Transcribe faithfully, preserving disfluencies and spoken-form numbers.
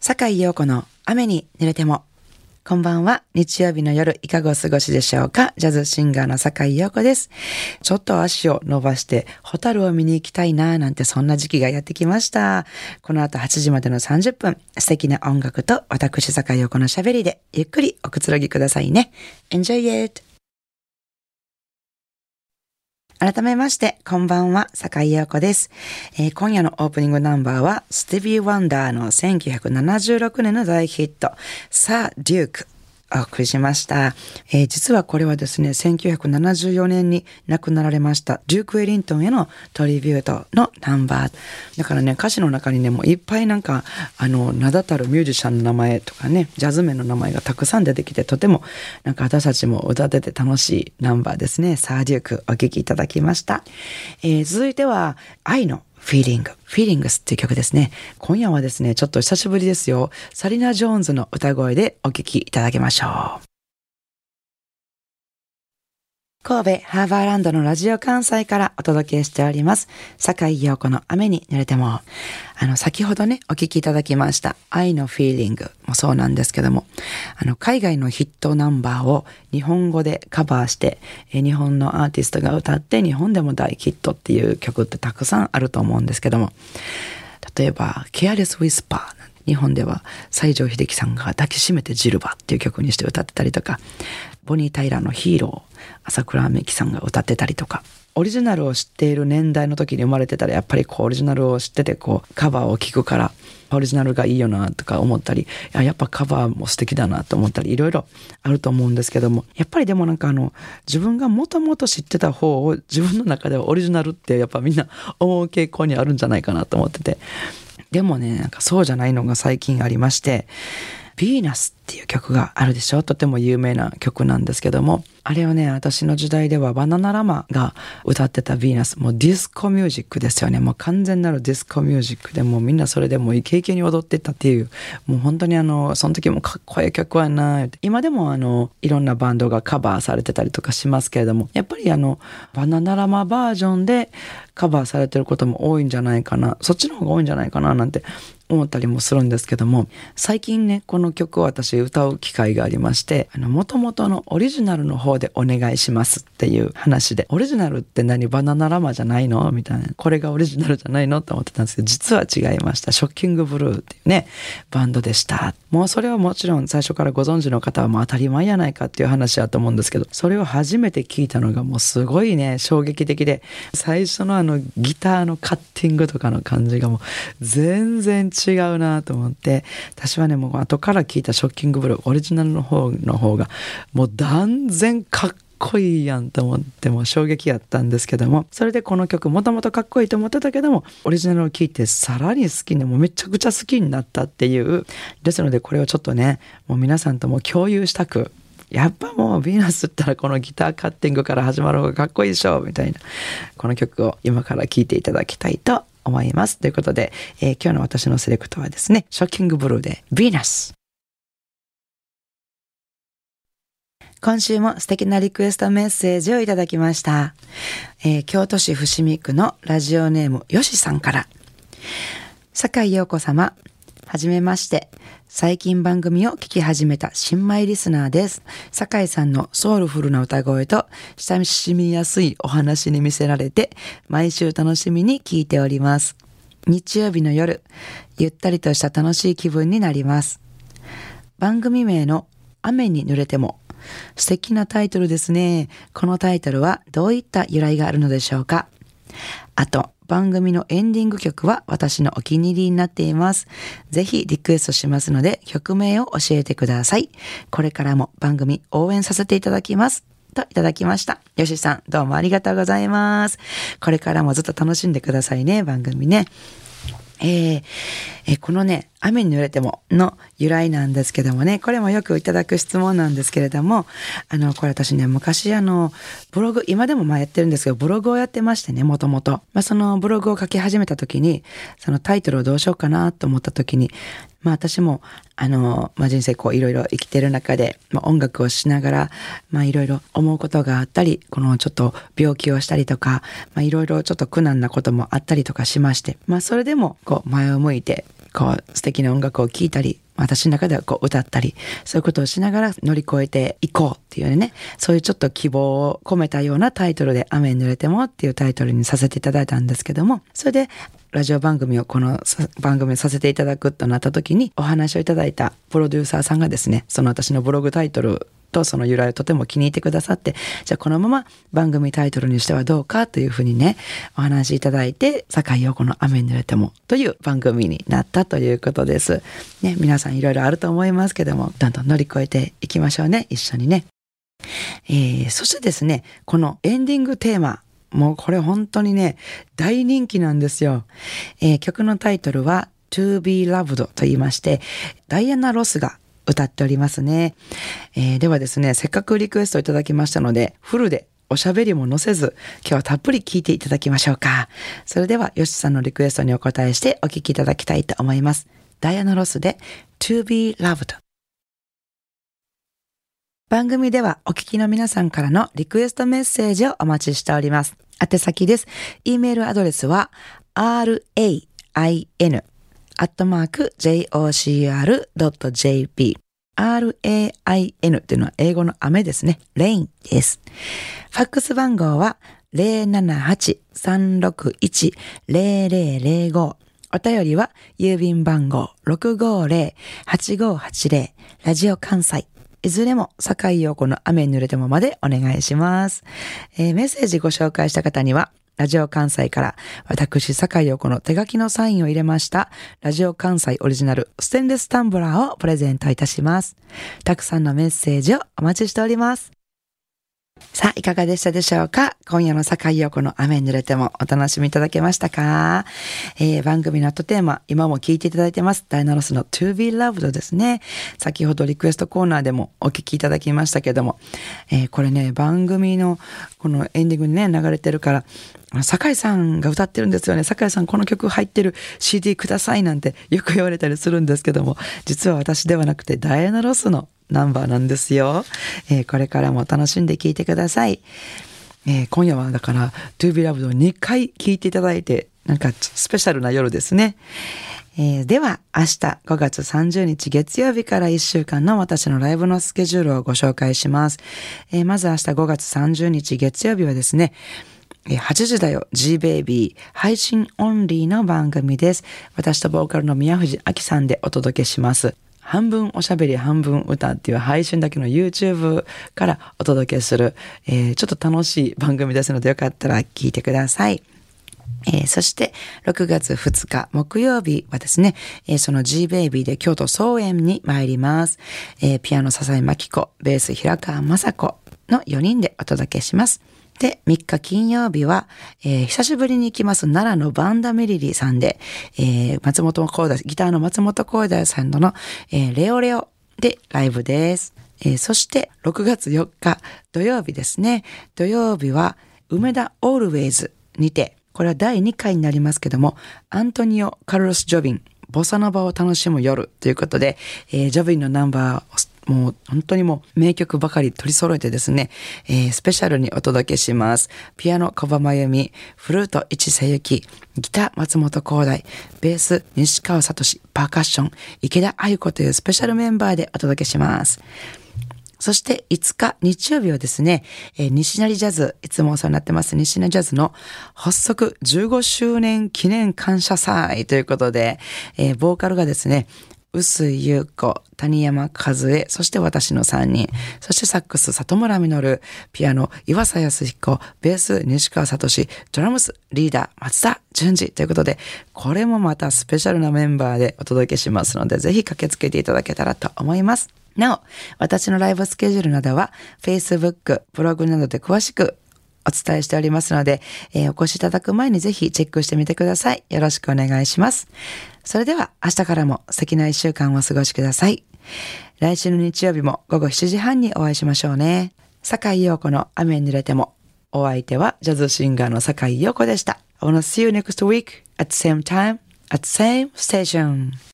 坂井陽子の雨に濡れても。こんばんは。日曜日の夜いかがお過ごしでしょうか。ジャズシンガーの坂井陽子です。ちょっと足を伸ばしてホタルを見に行きたいななんてそんな時期がやってきました。この後はちじまでのさんじゅっぷん、素敵な音楽と私坂井陽子のしゃべりでゆっくりおくつろぎくださいね。Enjoy it! 改めまして、こんばんは、坂井陽子です、えー。今夜のオープニングナンバーは、スティービー・ワンダーのせんきゅうひゃくななじゅうろくねんの大ヒット、サー・デューク。お送りしました、えー、実はこれはですねせんきゅうひゃくななじゅうよねんに亡くなられましたデューク・ウェリントンへのトリビュートのナンバーだからね、歌詞の中にねもういっぱいなんかあの名だたるミュージシャンの名前とかねジャズメンの名前がたくさん出てきて、とてもなんか私たちも歌ってて楽しいナンバーですね。サー・デュークお聴きいただきました、えー、続いては愛のフィーリング、フィーリングスっていう曲ですね。今夜はですね、ちょっと久しぶりですよ。サリナ・ジョーンズの歌声でお聴きいただきましょう。神戸ハーバーランドのラジオ関西からお届けしております。坂井陽子の雨に濡れても。あの、先ほどね、お聞きいただきました。愛のフィーリングもそうなんですけども、あの、海外のヒットナンバーを日本語でカバーして、え日本のアーティストが歌って日本でも大ヒットっていう曲ってたくさんあると思うんですけども、例えば、ケアレス・ウィスパー。日本では西城秀樹さんが抱きしめてジルバっていう曲にして歌ってたりとか、ボニー・タイラーのヒーロー、朝倉美樹さんが歌ってたりとか、オリジナルを知っている年代の時に生まれてたらやっぱりこうオリジナルを知っててこうカバーを聴くからオリジナルがいいよなとか思ったり、いや、やっぱカバーも素敵だなと思ったり、いろいろあると思うんですけども、やっぱりでもなんかあの自分がもともと知ってた方を自分の中ではオリジナルってやっぱみんな思う傾向にあるんじゃないかなと思ってて、でもね、なんかそうじゃないのが最近ありまして、ヴィーナスっていう曲があるでしょ。とても有名な曲なんですけども、あれはね、私の時代ではバナナラマが歌ってたヴィーナス、もうディスコミュージックですよね。もう完全なるディスコミュージックで、もうみんなそれでもうイケイケに踊ってたっていう、もう本当にあのその時もかっこいい曲はな、今でもあのいろんなバンドがカバーされてたりとかしますけれども、やっぱりあのバナナラマバージョンでカバーされてることも多いんじゃないかな、そっちの方が多いんじゃないかななんて思ったりもするんですけども、最近ねこの曲を私歌う機会がありまして、あの元々のオリジナルの方でお願いしますっていう話で、オリジナルって何、バナナラマじゃないのみたいな、これがオリジナルじゃないのと思ってたんですけど、実は違いました。ショッキングブルーっていうねバンドでした。もうそれはもちろん最初からご存知の方はもう当たり前やないかっていう話だと思うんですけど、それを初めて聞いたのがもうすごいね衝撃的で、最初のあのギターのカッティングとかの感じがもう全然違うなと思って、私はねもう後から聞いたショッキングブルーオリジナルの方の方がもう断然かっこいいやんと思って、もう衝撃やったんですけども、それでこの曲もともとかっこいいと思ってたけども、オリジナルを聴いてさらに好きで、もうめちゃくちゃ好きになったっていう、ですのでこれをちょっとねもう皆さんとも共有したく、やっぱもうヴィーナスって言ったらこのギターカッティングから始まる方がかっこいいでしょみたいな、この曲を今から聴いていただきたいと思います。ということで、えー、今日の私のセレクトはですね、ショッキングブルーでヴィーナス。今週も素敵なリクエストメッセージをいただきました、えー、京都市伏見区のラジオネームよしさんから、坂井陽子様、はじめまして。最近番組を聞き始めた新米リスナーです。坂井さんのソウルフルな歌声と親しみやすいお話に見せられて、毎週楽しみに聞いております。日曜日の夜、ゆったりとした楽しい気分になります。番組名の雨に濡れても、素敵なタイトルですね。このタイトルはどういった由来があるのでしょうか。あと、番組のエンディング曲は私のお気に入りになっています。ぜひリクエストしますので曲名を教えてください。これからも番組応援させていただきます。といただきました。よしさん、どうもありがとうございます。これからもずっと楽しんでくださいね、番組ね。えーえー、このね、雨に濡れてもの由来なんですけどもね、これもよくいただく質問なんですけれども、あの、これ私ね、昔あの、ブログ、今でもまあやってるんですけど、ブログをやってましてね、もともと。まあそのブログを書き始めた時に、そのタイトルをどうしようかなと思った時に、まあ私も、あの、まあ人生こういろいろ生きてる中で、まあ音楽をしながら、まあいろいろ思うことがあったり、このちょっと病気をしたりとか、まあいろいろちょっと苦難なこともあったりとかしまして、まあそれでもこう前を向いて、 こう素敵な音楽を聴いたり、私の中ではこう歌ったり、そういうことをしながら乗り越えていこうっていうね、そういうちょっと希望を込めたようなタイトルで雨に濡れてもっていうタイトルにさせていただいたんですけども、それでラジオ番組をこの番組をさせていただくとなった時にお話をいただいたプロデューサーさんがですね、その私のブログタイトルとその由来をとても気に入ってくださって、じゃあこのまま番組タイトルにしてはどうかというふうにね、お話いただいて、坂井陽子の雨に濡れてもという番組になったということです。ね、皆さんいろいろあると思いますけども、どんどん乗り越えていきましょうね、一緒にね。えー、そしてですね、このエンディングテーマ、もうこれ本当にね、大人気なんですよ。えー、曲のタイトルは To Be Loved と言いまして、ダイアナ・ロスが歌っておりますね。えー、ではですね、せっかくリクエストいただきましたので、フルでおしゃべりも載せず、今日はたっぷり聴いていただきましょうか。それでは、ヨシさんのリクエストにお答えしてお聴きいただきたいと思います。ダイアナ・ロスで To Be Loved。番組ではお聞きの皆さんからのリクエストメッセージをお待ちしております。宛先です。e メールアドレスは ライン アットマーク ジェイオーシーアールドットジェーピー ライン というのは英語の雨ですね。レインです。ファックス番号は ゼロななはち さんろくいち ゼロゼロゼロご。お便りは郵便番号 ろくごゼロ はちごはちゼロ ラジオ関西。いずれも坂井陽子の雨に濡れてもまでお願いします。えー、メッセージご紹介した方にはラジオ関西から私坂井陽子の手書きのサインを入れましたラジオ関西オリジナルステンレスタンブラーをプレゼントいたします。たくさんのメッセージをお待ちしております。さあ、いかがでしたでしょうか。今夜の坂井陽子の雨に濡れてもお楽しみいただけましたか。えー、番組の後テーマ、今も聞いていただいてます。ダイアナ・ロスの To Be Loved ですね。先ほどリクエストコーナーでもお聞きいただきましたけども、えー、これね、番組のこのエンディングにね、流れてるから、坂井さんが歌ってるんですよね。坂井さんこの曲入ってる シーディー くださいなんてよく言われたりするんですけども、実は私ではなくてダイアナ・ロスのナンバーなんですよ。えー、これからも楽しんで聴いてください。えー、今夜はだから To Be Loved をにかい聴いていただいて、なんかスペシャルな夜ですね。えー、では明日ごがつさんじゅうにち月曜日からいっしゅうかんの私のライブのスケジュールをご紹介します。えー、まず明日ごがつさんじゅうにち月曜日はですね、はちじだよ G ベイビー配信オンリーの番組です。私とボーカルの宮藤明さんでお届けします。半分おしゃべり半分歌っていう配信だけの YouTube からお届けする、えー、ちょっと楽しい番組ですのでよかったら聞いてください。えー、そしてろくがつふつか木曜日はですね、えー、その G ベイビーで京都総園に参ります。えー、ピアノ笹井真紀子、ベース平川雅子のよにんでお届けします。で、みっか金曜日は、えー、久しぶりに行きます奈良のバンダメリリさんで、えー、松本幸大、ギターの松本幸大さんとの、えー、レオレオでライブです。えー、そしてろくがつよっか土曜日ですね。土曜日は梅田オールウェイズにて、これはだいにかいになりますけども、アントニオ・カルロス・ジョビン、ボサノバを楽しむ夜ということで、えー、ジョビンのナンバーをもう本当にもう名曲ばかり取り揃えてですね、えー、スペシャルにお届けします。ピアノ小葉真由美、フルート市瀬幸、ギター松本幸大、ベース西川聡、パーカッション池田愛子というスペシャルメンバーでお届けします。そしていつか日曜日はですね、えー、西成ジャズ、いつもお世話になってます西成ジャズの発足じゅうごしゅうねん記念感謝祭ということで、えー、ボーカルがですね、臼井優子、谷山和恵、そして私のさんにん、そしてサックス里村実、ピアノ岩佐康彦、ベース西川聡、ドラムスリーダー松田淳二ということで、これもまたスペシャルなメンバーでお届けしますので、ぜひ駆けつけていただけたらと思います。なお、私のライブスケジュールなどは Facebook、ブログなどで詳しくお伝えしておりますので、えー、お越しいただく前にぜひチェックしてみてください。よろしくお願いします。それでは明日からも素敵な一週間をお過ごしください。来週の日曜日もごごしちじはんにお会いしましょうね。坂井陽子の雨に濡れても。お相手はジャズシンガーの坂井陽子でした。I wanna see you next week at the same time, at the same station.